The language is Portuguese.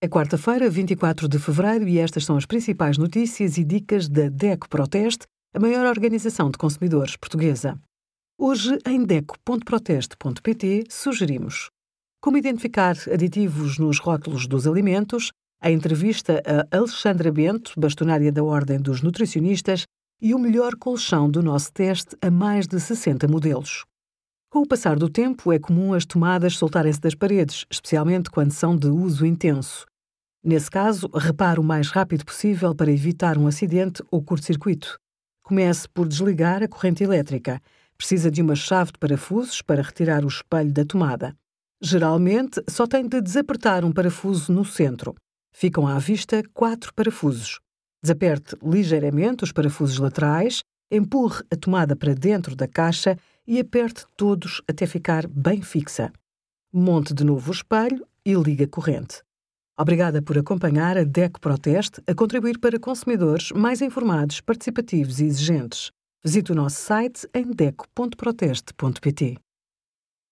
É quarta-feira, 24 de fevereiro, e estas são as principais notícias e dicas da DECO Proteste, a maior organização de consumidores portuguesa. Hoje, em DECO.proteste.pt, sugerimos como identificar aditivos nos rótulos dos alimentos, a entrevista a Alexandra Bento, bastonária da Ordem dos Nutricionistas, e o melhor colchão do nosso teste a mais de 60 modelos. Com o passar do tempo, é comum as tomadas soltarem-se das paredes, especialmente quando são de uso intenso. Nesse caso, repare o mais rápido possível para evitar um acidente ou curto-circuito. Comece por desligar a corrente elétrica. Precisa de uma chave de parafusos para retirar o espelho da tomada. Geralmente, só tem de desapertar um parafuso no centro. Ficam à vista 4 parafusos. Desaperte ligeiramente os parafusos laterais, empurre a tomada para dentro da caixa e aperte todos até ficar bem fixa. Monte de novo o espelho e ligue a corrente. Obrigada por acompanhar a DECO Proteste a contribuir para consumidores mais informados, participativos e exigentes. Visite o nosso site em deco.proteste.pt.